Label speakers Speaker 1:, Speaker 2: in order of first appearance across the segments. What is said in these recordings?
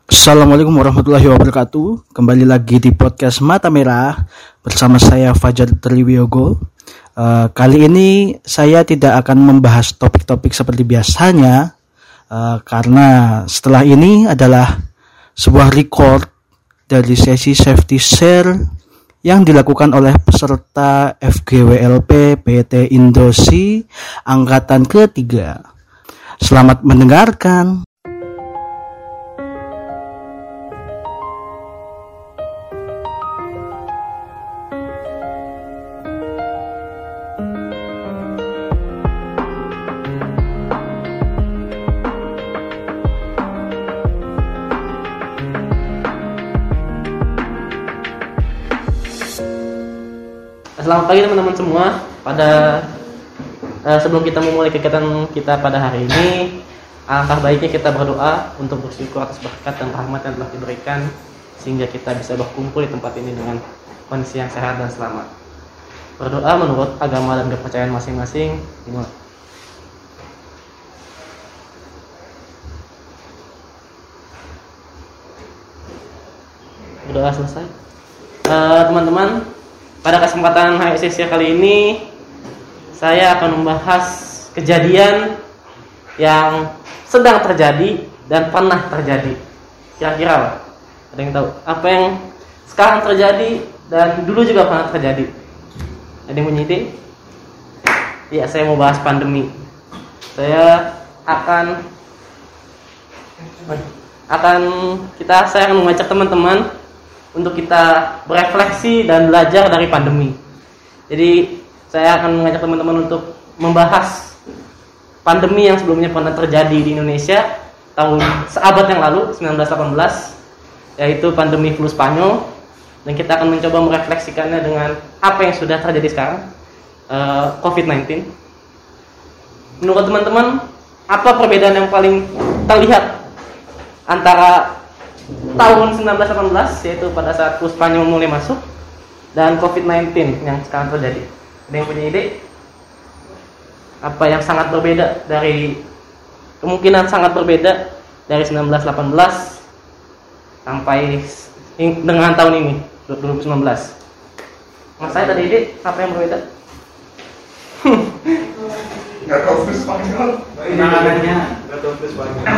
Speaker 1: Assalamualaikum warahmatullahi wabarakatuh. Kembali lagi di podcast Mata Merah bersama saya Fajar Triwiyogo. Kali ini saya tidak akan membahas topik-topik seperti biasanya, karena setelah ini adalah sebuah record dari sesi safety share yang dilakukan oleh peserta FGWLP PT Indosi angkatan ketiga. Selamat mendengarkan.
Speaker 2: Selamat pagi teman-teman semua. Sebelum kita memulai kegiatan kita pada hari ini, alangkah baiknya kita berdoa untuk bersyukur atas berkat dan rahmat yang telah diberikan sehingga kita bisa berkumpul di tempat ini dengan kondisi yang sehat dan selamat. Berdoa menurut agama dan kepercayaan masing-masing. Berdoa selesai. Teman-teman, pada kesempatan HSSC kali ini saya akan membahas kejadian yang sedang terjadi dan pernah terjadi. Kira-kira ada yang tahu apa yang sekarang terjadi dan dulu juga pernah terjadi? Ada yang punya ide? Ya, saya mau bahas pandemi. Saya akan mengajak teman-teman untuk kita berefleksi dan belajar dari pandemi. Jadi saya akan mengajak teman-teman untuk membahas pandemi yang sebelumnya pernah terjadi di Indonesia tahun seabad yang lalu, 1918, yaitu pandemi flu Spanyol. Dan kita akan mencoba merefleksikannya dengan apa yang sudah terjadi sekarang, COVID-19. Menurut teman-teman, apa perbedaan yang paling terlihat antara tahun 1918, yaitu pada saat flu Spanyol mulai masuk, dan COVID-19 yang sekarang terjadi? Ada yang punya ide? Apa yang sangat berbeda dari, kemungkinan sangat berbeda dari 1918 sampai dengan tahun ini, 2019? Mas saya tadi ide, apa yang berbeda?
Speaker 3: Nggak tahu flu Spanyol.
Speaker 4: Penanganannya nggak tahu flu Spanyol.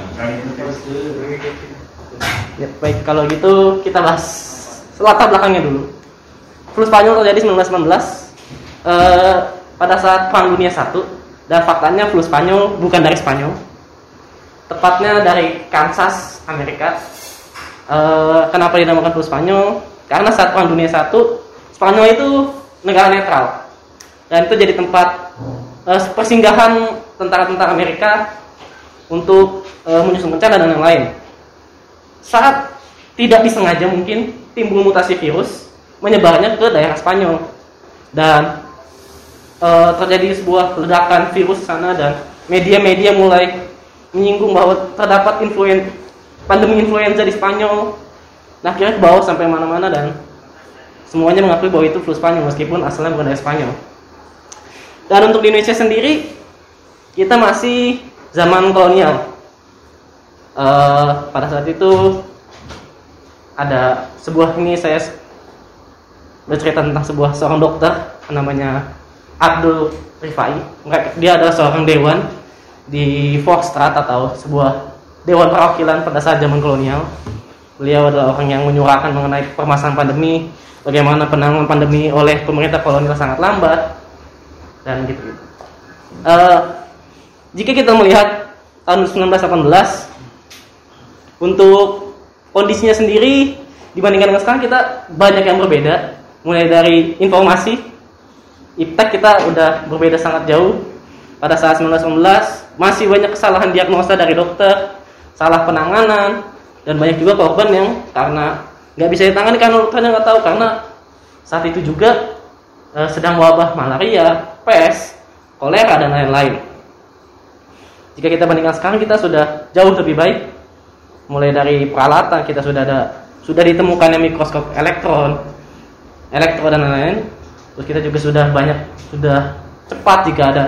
Speaker 2: Ya, baik, kalau gitu kita bahas latar belakangnya dulu. Flu Spanyol terjadi 1919 pada saat Perang Dunia I, dan faktanya flu Spanyol bukan dari Spanyol, tepatnya dari Kansas, Amerika. Kenapa dinamakan flu Spanyol? Karena saat Perang Dunia I, Spanyol itu negara netral, dan itu jadi tempat persinggahan tentara-tentara Amerika untuk menyusun rencana dan yang lain. Saat tidak disengaja mungkin timbul mutasi virus menyebarnya ke daerah Spanyol, dan terjadi sebuah ledakan virus sana, dan media-media mulai menyinggung bahwa terdapat pandemi influenza di Spanyol. Nah, akhirnya ke bawah sampai mana-mana, dan semuanya mengakui bahwa itu flu Spanyol meskipun asalnya bukan dari Spanyol. Dan untuk di Indonesia sendiri, kita masih zaman kolonial. Pada saat itu ada sebuah, ini saya bercerita tentang seorang dokter namanya Abdul Rifai. Dia adalah seorang dewan di Voorstraat, atau sebuah dewan perwakilan pada saat zaman kolonial. Beliau adalah orang yang menyuarakan mengenai permasalahan pandemi, bagaimana penanganan pandemi oleh pemerintah kolonial sangat lambat, dan gitu. Jika kita melihat tahun 1918, untuk kondisinya sendiri dibandingkan dengan sekarang, kita banyak yang berbeda. Mulai dari informasi, iptek kita udah berbeda sangat jauh. Pada saat 1919 masih banyak kesalahan diagnosa dari dokter, salah penanganan, dan banyak juga korban yang karena nggak bisa ditangani karena dokternya nggak tahu, karena saat itu juga sedang wabah malaria, pes, kolera, dan lain-lain. Jika kita bandingkan sekarang, kita sudah jauh lebih baik. Mulai dari peralatan, kita sudah ditemukannya mikroskop elektron dan lain-lain. Terus kita juga sudah cepat jika ada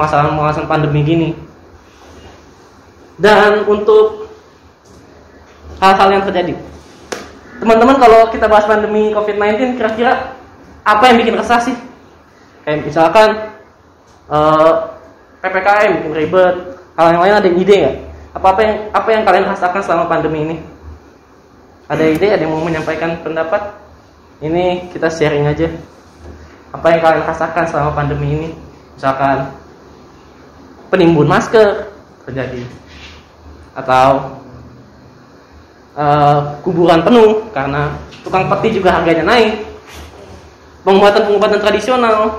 Speaker 2: permasalahan pandemi gini. Dan untuk hal-hal yang terjadi. Teman-teman, kalau kita bahas pandemi COVID-19, kira-kira apa yang bikin resah sih? Kayak misalkan PPKM bikin ribet, hal yang lain, ada ide nggak? Apa yang kalian rasakan selama pandemi ini? Ada ide? Ada yang mau menyampaikan pendapat? Ini kita sharing aja. Apa yang kalian rasakan selama pandemi ini? Misalkan penimbun masker terjadi, atau kuburan penuh karena tukang peti juga harganya naik, pengobatan tradisional,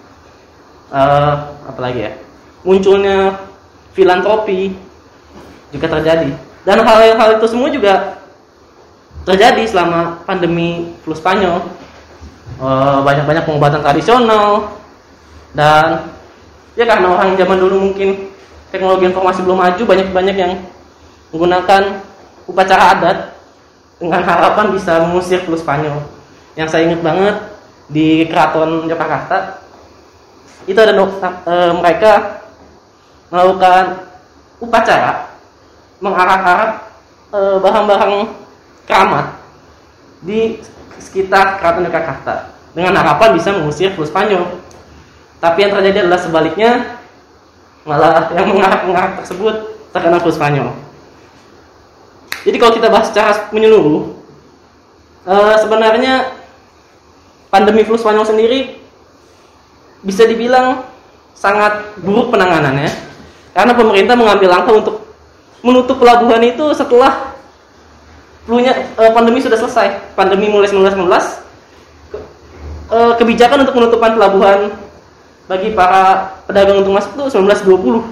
Speaker 2: apalagi ya, munculnya filantropi juga terjadi, dan hal itu semua juga terjadi selama pandemi flu Spanyol. Banyak pengobatan tradisional, dan ya karena orang zaman dulu mungkin teknologi informasi belum maju, banyak yang menggunakan upacara adat dengan harapan bisa mengusir flu Spanyol. Yang saya ingat banget di Keraton Yogyakarta itu ada mereka melakukan upacara mengarak-arak barang-barang keramat di sekitar Keraton Yogyakarta dengan harapan bisa mengusir flu Spanyol. Tapi yang terjadi adalah sebaliknya, malah yang mengarak-mengarak tersebut terkena flu Spanyol. Jadi kalau kita bahas secara menyeluruh, sebenarnya pandemi flu Spanyol sendiri bisa dibilang sangat buruk penanganannya, karena pemerintah mengambil langkah untuk menutup pelabuhan itu setelah pandemi sudah selesai. Pandemi mulai 1919, kebijakan untuk penutupan pelabuhan bagi para pedagang untuk masuk itu 1920.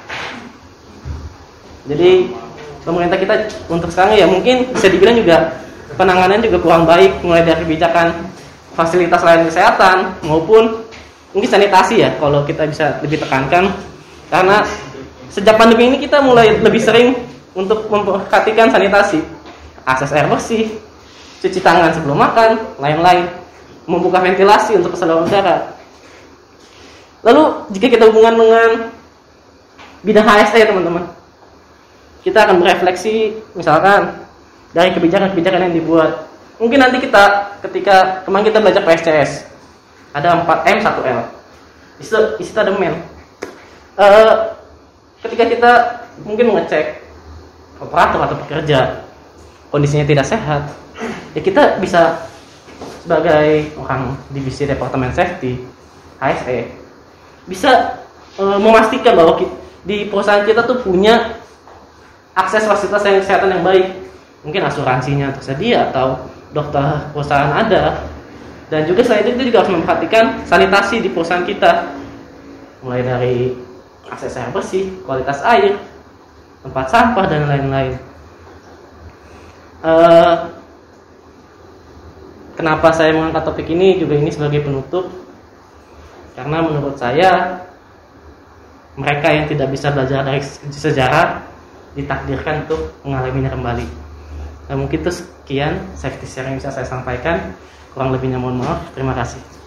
Speaker 2: Jadi pemerintah kita untuk sekarang ya mungkin bisa dibilang juga penanganan juga kurang baik, mulai dari kebijakan fasilitas layanan kesehatan maupun mungkin sanitasi ya, kalau kita bisa lebih tekankan, karena sejak pandemi ini kita mulai lebih sering untuk memperhatikan sanitasi, akses air bersih, cuci tangan sebelum makan, lain-lain, membuka ventilasi untuk keseluruhan udara. Lalu jika kita hubungan dengan bidang HSE teman-teman, kita akan berefleksi misalkan dari kebijakan-kebijakan yang dibuat. Mungkin nanti ketika kemarin kita belajar PSCS, ada 4M 1L. Itu ada men. Ketika kita mungkin mengecek operator atau pekerja kondisinya tidak sehat, ya kita bisa sebagai orang divisi departemen safety HSE bisa memastikan bahwa di perusahaan kita tuh punya akses fasilitas kesehatan yang baik. Mungkin asuransinya tersedia atau dokter perusahaan ada. Dan juga selain itu kita juga harus memperhatikan sanitasi di perusahaan kita, mulai dari akses air bersih, kualitas air, tempat sampah, dan lain-lain. Kenapa saya mengangkat topik ini juga ini sebagai penutup? Karena menurut saya mereka yang tidak bisa belajar dari sejarah ditakdirkan untuk mengalaminya kembali. Mungkin itu sekian safety share yang bisa saya sampaikan. Kurang lebihnya mohon maaf. Terima kasih.